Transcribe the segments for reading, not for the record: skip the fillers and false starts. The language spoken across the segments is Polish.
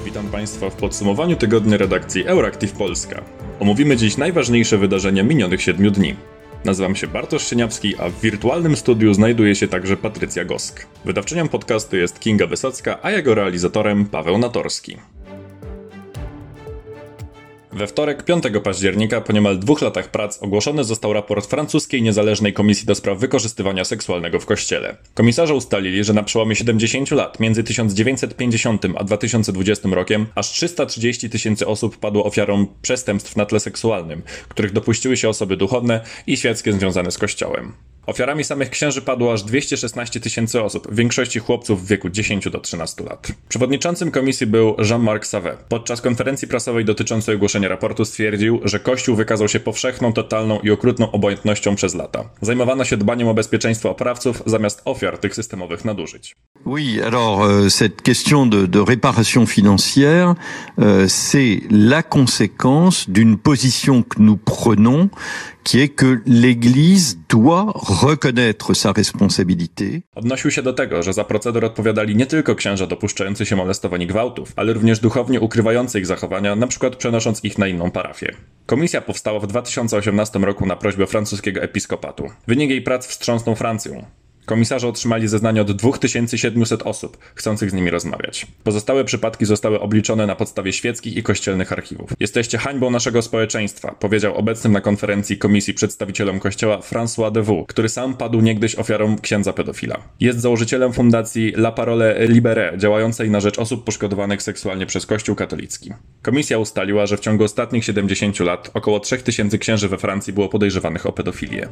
Witam Państwa w podsumowaniu tygodnia redakcji Euractiv Polska. Omówimy dziś najważniejsze wydarzenia minionych 7 dni. Nazywam się Bartosz Sieniawski, a w wirtualnym studiu znajduje się także Patrycja Gosk. Wydawczynią podcastu jest Kinga Wysocka, a jego realizatorem Paweł Natorski. We wtorek, 5 października, po niemal 2 latach prac, ogłoszony został raport francuskiej niezależnej komisji do spraw wykorzystywania seksualnego w Kościele. Komisarze ustalili, że na przełomie 70 lat, między 1950 a 2020 rokiem, aż 330 tysięcy osób padło ofiarą przestępstw na tle seksualnym, których dopuściły się osoby duchowne i świeckie związane z Kościołem. Ofiarami samych księży padło aż 216 tysięcy osób, w większości chłopców w wieku 10 do 13 lat. Przewodniczącym komisji był Jean-Marc Sauvé. Podczas konferencji prasowej dotyczącej ogłoszenia raportu stwierdził, że Kościół wykazał się powszechną, totalną i okrutną obojętnością przez lata. Zajmowano się dbaniem o bezpieczeństwo oprawców zamiast ofiar tych systemowych nadużyć. Oui, alors cette question de réparation financière, c'est la conséquence d'une position que nous prenons, qui est que l'Église doit reconnaître sa responsabilité. Odnosił się do tego, że za proceder odpowiadali nie tylko księża dopuszczający się molestowań i gwałtów, ale również duchowni ukrywający ich zachowania, np. przenosząc ich na inną parafię. Komisja powstała w 2018 roku na prośbę francuskiego episkopatu. Wynik jej prac wstrząsnął Francją. Komisarze otrzymali zeznania od 2700 osób, chcących z nimi rozmawiać. Pozostałe przypadki zostały obliczone na podstawie świeckich i kościelnych archiwów. Jesteście hańbą naszego społeczeństwa, powiedział obecnym na konferencji komisji przedstawicielom kościoła François Devaux, który sam padł niegdyś ofiarą księdza pedofila. Jest założycielem fundacji La Parole Libérée, działającej na rzecz osób poszkodowanych seksualnie przez Kościół katolicki. Komisja ustaliła, że w ciągu ostatnich 70 lat około 3000 księży we Francji było podejrzewanych o pedofilię.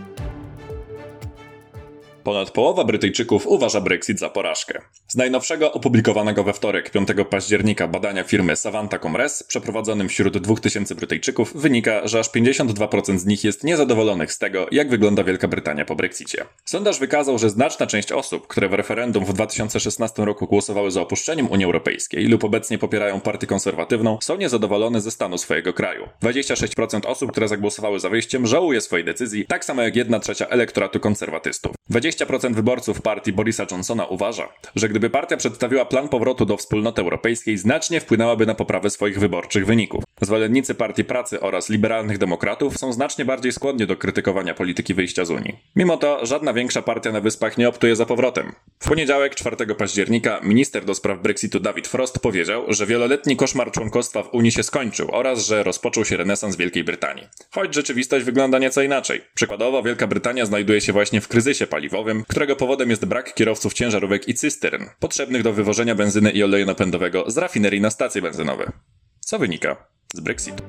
Ponad połowa Brytyjczyków uważa Brexit za porażkę. Z najnowszego, opublikowanego we wtorek, 5 października badania firmy Savanta Comres, przeprowadzonym wśród 2000 Brytyjczyków, wynika, że aż 52% z nich jest niezadowolonych z tego, jak wygląda Wielka Brytania po Brexicie. Sondaż wykazał, że znaczna część osób, które w referendum w 2016 roku głosowały za opuszczeniem Unii Europejskiej lub obecnie popierają partię konserwatywną, są niezadowolone ze stanu swojego kraju. 26% osób, które zagłosowały za wyjściem, żałuje swojej decyzji, tak samo jak 1/3 elektoratu konserwatystów. 20% wyborców partii Borisa Johnsona uważa, że gdyby partia przedstawiła plan powrotu do wspólnoty europejskiej, znacznie wpłynęłaby na poprawę swoich wyborczych wyników. Zwolennicy Partii Pracy oraz liberalnych demokratów są znacznie bardziej skłonni do krytykowania polityki wyjścia z Unii. Mimo to żadna większa partia na Wyspach nie optuje za powrotem. W poniedziałek, 4 października, minister do spraw Brexitu David Frost powiedział, że wieloletni koszmar członkostwa w Unii się skończył oraz że rozpoczął się renesans Wielkiej Brytanii. Choć rzeczywistość wygląda nieco inaczej. Przykładowo Wielka Brytania znajduje się właśnie w kryzysie paliwowym, którego powodem jest brak kierowców ciężarówek i cystern, potrzebnych do wywożenia benzyny i oleju napędowego z rafinerii na stacje benzynowe. Co wynika z Brexitu?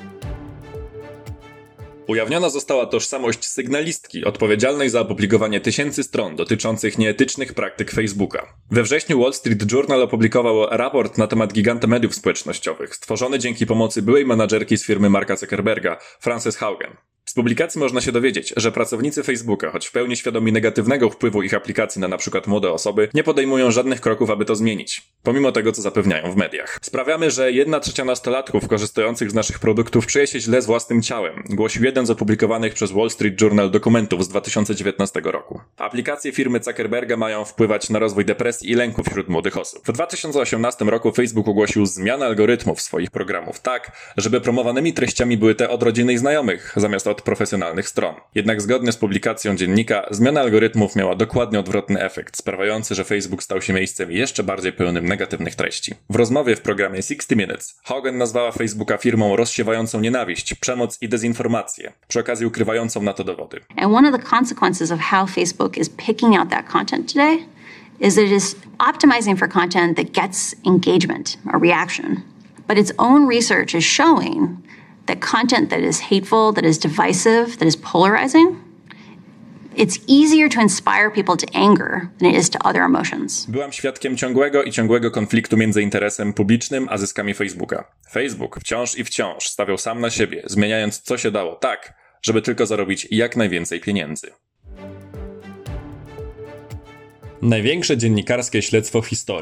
Ujawniona została tożsamość sygnalistki odpowiedzialnej za opublikowanie tysięcy stron dotyczących nieetycznych praktyk Facebooka. We wrześniu Wall Street Journal opublikował raport na temat giganta mediów społecznościowych, stworzony dzięki pomocy byłej menadżerki z firmy Marka Zuckerberga, Frances Haugen. Z publikacji można się dowiedzieć, że pracownicy Facebooka, choć w pełni świadomi negatywnego wpływu ich aplikacji na np. młode osoby, nie podejmują żadnych kroków, aby to zmienić, pomimo tego, co zapewniają w mediach. Sprawiamy, że 1/3 nastolatków korzystających z naszych produktów czuje się źle z własnym ciałem, głosił jeden z opublikowanych przez Wall Street Journal dokumentów z 2019 roku. Aplikacje firmy Zuckerberga mają wpływać na rozwój depresji i lęku wśród młodych osób. W 2018 roku Facebook ogłosił zmianę algorytmów swoich programów tak, żeby promowanymi treściami były te od rodziny i znajomych, zamiast od profesjonalnych stron. Jednak zgodnie z publikacją dziennika, zmiana algorytmów miała dokładnie odwrotny efekt, sprawiający, że Facebook stał się miejscem jeszcze bardziej pełnym negatywnych treści. W rozmowie w programie 60 Minutes Haugen nazwała Facebooka firmą rozsiewającą nienawiść, przemoc i dezinformację, przy okazji ukrywającą na to dowody. And one of the consequences of how Facebook is picking out that content today is that it is optimizing for content that gets engagement or reaction. But its own research is showing that content that is hateful, that is divisive, that is polarizing, it's easier to inspire people to anger than it is to other emotions. Byłam świadkiem ciągłego konfliktu między interesem publicznym a zyskami Facebooka. Facebook wciąż stawiał sam na siebie, zmieniając co się dało tak, żeby tylko zarobić jak najwięcej pieniędzy. Największe dziennikarskie śledztwo w historii.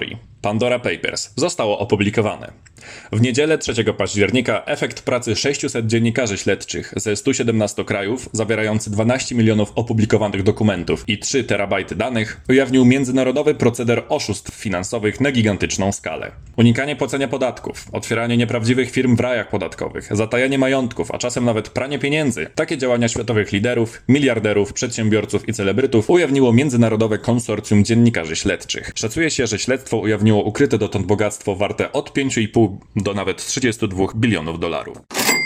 Pandora Papers zostało opublikowane. W niedzielę 3 października efekt pracy 600 dziennikarzy śledczych ze 117 krajów, zawierający 12 milionów opublikowanych dokumentów i 3 terabajty danych, ujawnił międzynarodowy proceder oszustw finansowych na gigantyczną skalę. Unikanie płacenia podatków, otwieranie nieprawdziwych firm w rajach podatkowych, zatajanie majątków, a czasem nawet pranie pieniędzy. Takie działania światowych liderów, miliarderów, przedsiębiorców i celebrytów ujawniło Międzynarodowe Konsorcjum Dziennikarzy Śledczych. Szacuje się, że śledztwo ujawniło ukryte dotąd bogactwo warte od 5,5 do nawet 32 bilionów dolarów.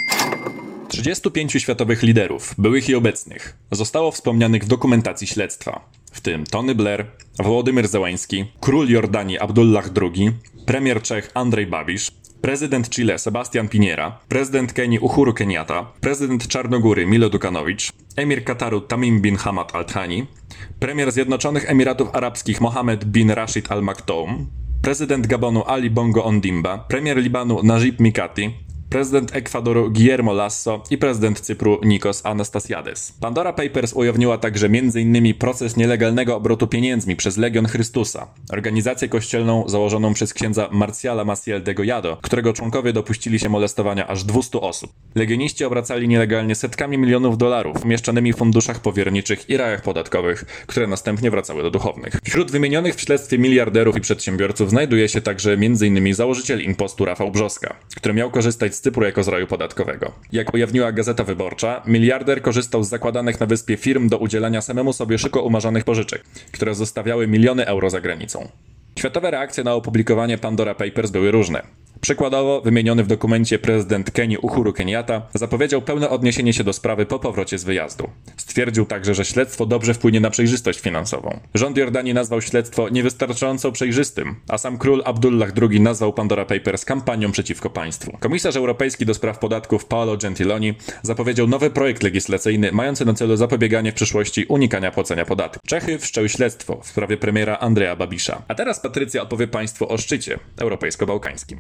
35 światowych liderów, byłych i obecnych, zostało wspomnianych w dokumentacji śledztwa, w tym Tony Blair, Wołodymyr Zełański, król Jordanii Abdullah II, premier Czech Andrej Babiš, prezydent Chile Sebastián Piñera, prezydent Kenii Uhuru Kenyatta, prezydent Czarnogóry Milo Đukanović, emir Kataru Tamim bin Hamad Al Thani, premier Zjednoczonych Emiratów Arabskich Mohammed bin Rashid Al Maktoum, prezydent Gabonu Ali Bongo Ondimba, premier Libanu Najib Mikati, prezydent Ekwadoru Guillermo Lasso i prezydent Cypru Nikos Anastasiades. Pandora Papers ujawniła także m.in. proces nielegalnego obrotu pieniędzmi przez Legion Chrystusa, organizację kościelną założoną przez księdza Marciala Maciel de Gollado, którego członkowie dopuścili się molestowania aż 200 osób. Legioniści obracali nielegalnie setkami milionów dolarów umieszczonymi w funduszach powierniczych i rajach podatkowych, które następnie wracały do duchownych. Wśród wymienionych w śledztwie miliarderów i przedsiębiorców znajduje się także m.in. założyciel Impostu Rafał Brzoska, który miał korzystać z Cypru jako z raju podatkowego. Jak ujawniła Gazeta Wyborcza, miliarder korzystał z zakładanych na wyspie firm do udzielania samemu sobie szyko umarzanych pożyczek, które zostawiały miliony euro za granicą. Światowe reakcje na opublikowanie Pandora Papers były różne. Przykładowo, wymieniony w dokumencie prezydent Kenii Uhuru Kenyatta zapowiedział pełne odniesienie się do sprawy po powrocie z wyjazdu. Stwierdził także, że śledztwo dobrze wpłynie na przejrzystość finansową. Rząd Jordanii nazwał śledztwo niewystarczająco przejrzystym, a sam król Abdullah II nazwał Pandora Papers kampanią przeciwko państwu. Komisarz Europejski do spraw podatków Paolo Gentiloni zapowiedział nowy projekt legislacyjny mający na celu zapobieganie w przyszłości unikania płacenia podatków. Czechy wszczęły śledztwo w sprawie premiera Andreja Babiša. A teraz Patrycja opowie państwu o szczycie europejsko-bałkańskim.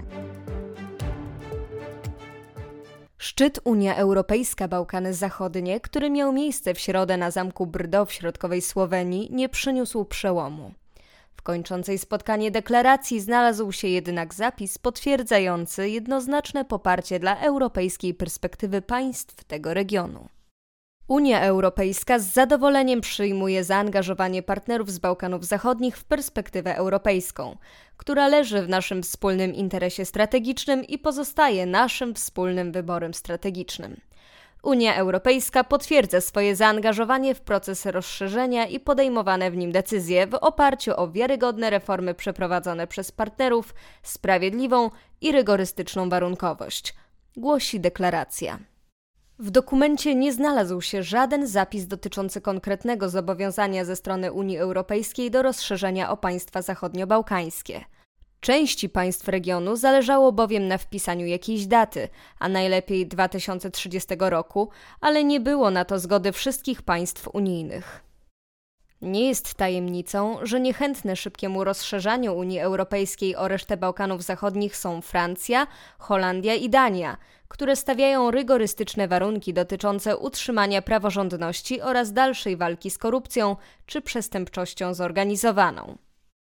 Szczyt Unia Europejska-Bałkany Zachodnie, który miał miejsce w środę na zamku Brdo w środkowej Słowenii, nie przyniósł przełomu. W kończącej spotkanie deklaracji znalazł się jednak zapis potwierdzający jednoznaczne poparcie dla europejskiej perspektywy państw tego regionu. Unia Europejska z zadowoleniem przyjmuje zaangażowanie partnerów z Bałkanów Zachodnich w perspektywę europejską, która leży w naszym wspólnym interesie strategicznym i pozostaje naszym wspólnym wyborem strategicznym. Unia Europejska potwierdza swoje zaangażowanie w proces rozszerzenia i podejmowane w nim decyzje w oparciu o wiarygodne reformy przeprowadzone przez partnerów, sprawiedliwą i rygorystyczną warunkowość, głosi deklaracja. W dokumencie nie znalazł się żaden zapis dotyczący konkretnego zobowiązania ze strony Unii Europejskiej do rozszerzenia o państwa zachodniobałkańskie. Części państw regionu zależało bowiem na wpisaniu jakiejś daty, a najlepiej 2030 roku, ale nie było na to zgody wszystkich państw unijnych. Nie jest tajemnicą, że niechętne szybkiemu rozszerzaniu Unii Europejskiej o resztę Bałkanów Zachodnich są Francja, Holandia i Dania, które stawiają rygorystyczne warunki dotyczące utrzymania praworządności oraz dalszej walki z korupcją czy przestępczością zorganizowaną.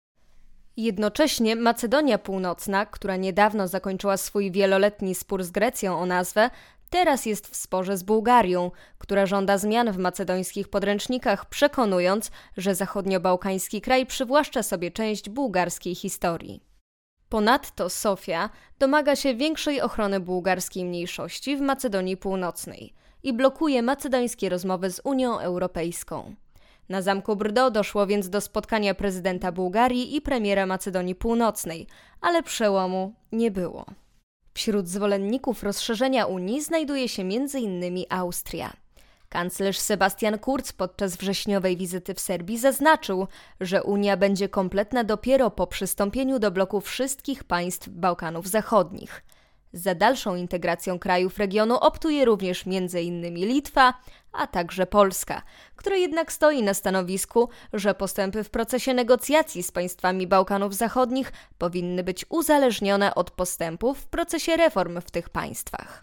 Jednocześnie Macedonia Północna, która niedawno zakończyła swój wieloletni spór z Grecją o nazwę, teraz jest w sporze z Bułgarią, która żąda zmian w macedońskich podręcznikach, przekonując, że zachodniobałkański kraj przywłaszcza sobie część bułgarskiej historii. Ponadto Sofia domaga się większej ochrony bułgarskiej mniejszości w Macedonii Północnej i blokuje macedońskie rozmowy z Unią Europejską. Na zamku Brdo doszło więc do spotkania prezydenta Bułgarii i premiera Macedonii Północnej, ale przełomu nie było. Wśród zwolenników rozszerzenia Unii znajduje się m.in. Austria. Kanclerz Sebastian Kurz podczas wrześniowej wizyty w Serbii zaznaczył, że Unia będzie kompletna dopiero po przystąpieniu do bloku wszystkich państw Bałkanów Zachodnich. Za dalszą integracją krajów regionu optuje również m.in. Litwa, a także Polska, która jednak stoi na stanowisku, że postępy w procesie negocjacji z państwami Bałkanów Zachodnich powinny być uzależnione od postępów w procesie reform w tych państwach.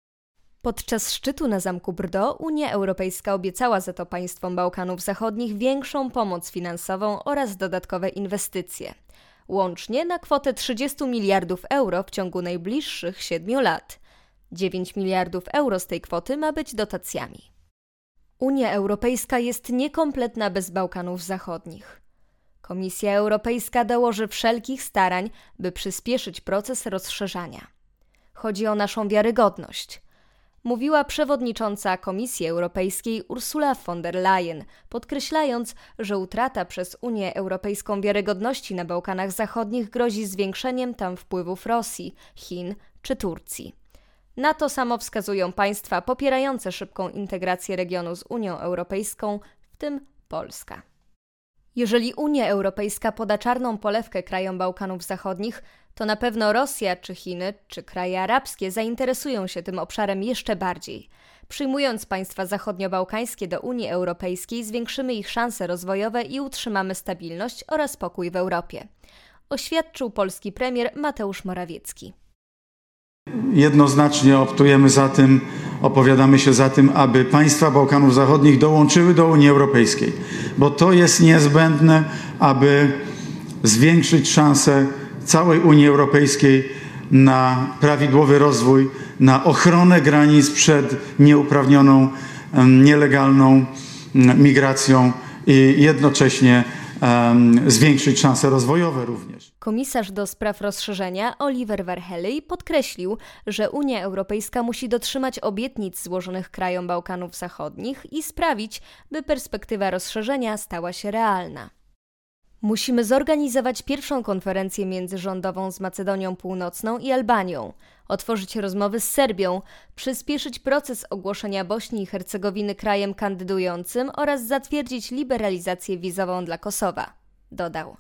Podczas szczytu na zamku Brdo Unia Europejska obiecała za to państwom Bałkanów Zachodnich większą pomoc finansową oraz dodatkowe inwestycje. łącznie na kwotę 30 miliardów euro w ciągu najbliższych 7 lat. 9 miliardów euro z tej kwoty ma być dotacjami. Unia Europejska jest niekompletna bez Bałkanów Zachodnich. Komisja Europejska dołoży wszelkich starań, by przyspieszyć proces rozszerzania. Chodzi o naszą wiarygodność, mówiła przewodnicząca Komisji Europejskiej Ursula von der Leyen, podkreślając, że utrata przez Unię Europejską wiarygodności na Bałkanach Zachodnich grozi zwiększeniem tam wpływów Rosji, Chin czy Turcji. Na to samo wskazują państwa popierające szybką integrację regionu z Unią Europejską, w tym Polska. Jeżeli Unia Europejska poda czarną polewkę krajom Bałkanów Zachodnich, to na pewno Rosja, czy Chiny, czy kraje arabskie zainteresują się tym obszarem jeszcze bardziej. Przyjmując państwa zachodniobałkańskie do Unii Europejskiej, zwiększymy ich szanse rozwojowe i utrzymamy stabilność oraz pokój w Europie, oświadczył polski premier Mateusz Morawiecki. Jednoznacznie opowiadamy się za tym, aby państwa Bałkanów Zachodnich dołączyły do Unii Europejskiej, bo to jest niezbędne, aby zwiększyć szanse całej Unii Europejskiej na prawidłowy rozwój, na ochronę granic przed nieuprawnioną, nielegalną migracją i jednocześnie zwiększyć szanse rozwojowe również. Komisarz do spraw rozszerzenia Oliver Verheugen podkreślił, że Unia Europejska musi dotrzymać obietnic złożonych krajom Bałkanów Zachodnich i sprawić, by perspektywa rozszerzenia stała się realna. Musimy zorganizować pierwszą konferencję międzyrządową z Macedonią Północną i Albanią, otworzyć rozmowy z Serbią, przyspieszyć proces ogłoszenia Bośni i Hercegowiny krajem kandydującym oraz zatwierdzić liberalizację wizową dla Kosowa, dodał.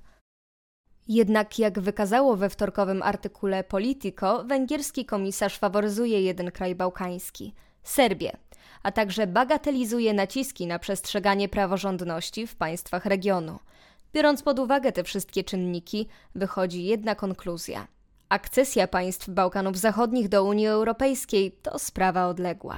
Jednak jak wykazało we wtorkowym artykule Politico, węgierski komisarz faworyzuje jeden kraj bałkański – Serbię, a także bagatelizuje naciski na przestrzeganie praworządności w państwach regionu. Biorąc pod uwagę te wszystkie czynniki, wychodzi jedna konkluzja. Akcesja państw Bałkanów Zachodnich do Unii Europejskiej to sprawa odległa.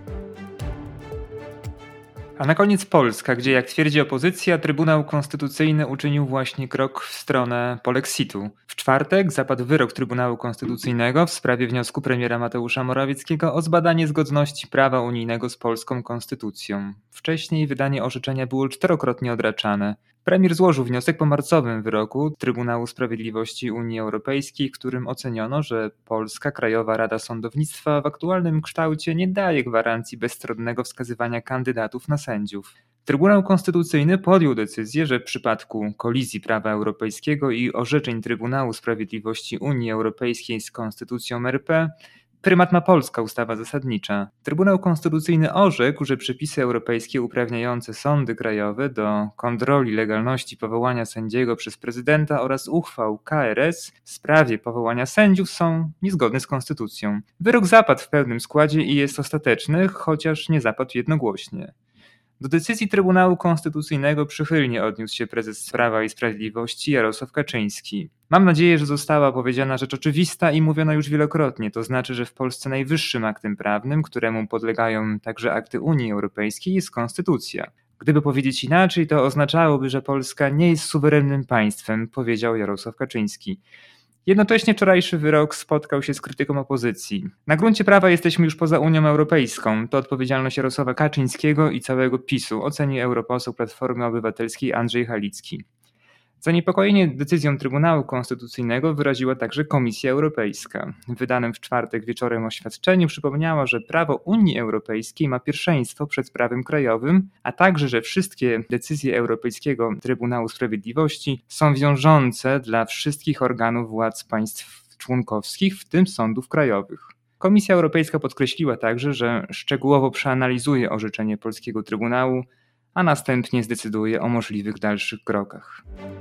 A na koniec Polska, gdzie jak twierdzi opozycja, Trybunał Konstytucyjny uczynił właśnie krok w stronę polexitu. W czwartek zapadł wyrok Trybunału Konstytucyjnego w sprawie wniosku premiera Mateusza Morawieckiego o zbadanie zgodności prawa unijnego z polską konstytucją. Wcześniej wydanie orzeczenia było 4-krotnie odraczane. Premier złożył wniosek po marcowym wyroku Trybunału Sprawiedliwości Unii Europejskiej, w którym oceniono, że Polska Krajowa Rada Sądownictwa w aktualnym kształcie nie daje gwarancji bezstronnego wskazywania kandydatów na sędziów. Trybunał Konstytucyjny podjął decyzję, że w przypadku kolizji prawa europejskiego i orzeczeń Trybunału Sprawiedliwości Unii Europejskiej z Konstytucją RP prymat ma polska ustawa zasadnicza. Trybunał Konstytucyjny orzekł, że przepisy europejskie uprawniające sądy krajowe do kontroli legalności powołania sędziego przez prezydenta oraz uchwał KRS w sprawie powołania sędziów są niezgodne z konstytucją. Wyrok zapadł w pełnym składzie i jest ostateczny, chociaż nie zapadł jednogłośnie. Do decyzji Trybunału Konstytucyjnego przychylnie odniósł się prezes Prawa i Sprawiedliwości Jarosław Kaczyński. Mam nadzieję, że została powiedziana rzecz oczywista i mówiona już wielokrotnie, to znaczy, że w Polsce najwyższym aktem prawnym, któremu podlegają także akty Unii Europejskiej, jest konstytucja. Gdyby powiedzieć inaczej, to oznaczałoby, że Polska nie jest suwerennym państwem, powiedział Jarosław Kaczyński. Jednocześnie wczorajszy wyrok spotkał się z krytyką opozycji. Na gruncie prawa jesteśmy już poza Unią Europejską. To odpowiedzialność Jarosława Kaczyńskiego i całego PiS-u, ocenił europoseł Platformy Obywatelskiej Andrzej Halicki. Zaniepokojenie decyzją Trybunału Konstytucyjnego wyraziła także Komisja Europejska. W wydanym w czwartek wieczorem oświadczeniu przypomniała, że prawo Unii Europejskiej ma pierwszeństwo przed prawem krajowym, a także, że wszystkie decyzje Europejskiego Trybunału Sprawiedliwości są wiążące dla wszystkich organów władz państw członkowskich, w tym sądów krajowych. Komisja Europejska podkreśliła także, że szczegółowo przeanalizuje orzeczenie polskiego Trybunału, a następnie zdecyduje o możliwych dalszych krokach.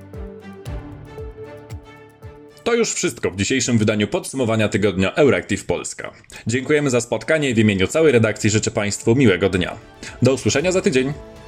To już wszystko w dzisiejszym wydaniu podsumowania tygodnia Euractiv Polska. Dziękujemy za spotkanie i w imieniu całej redakcji życzę Państwu miłego dnia. Do usłyszenia za tydzień.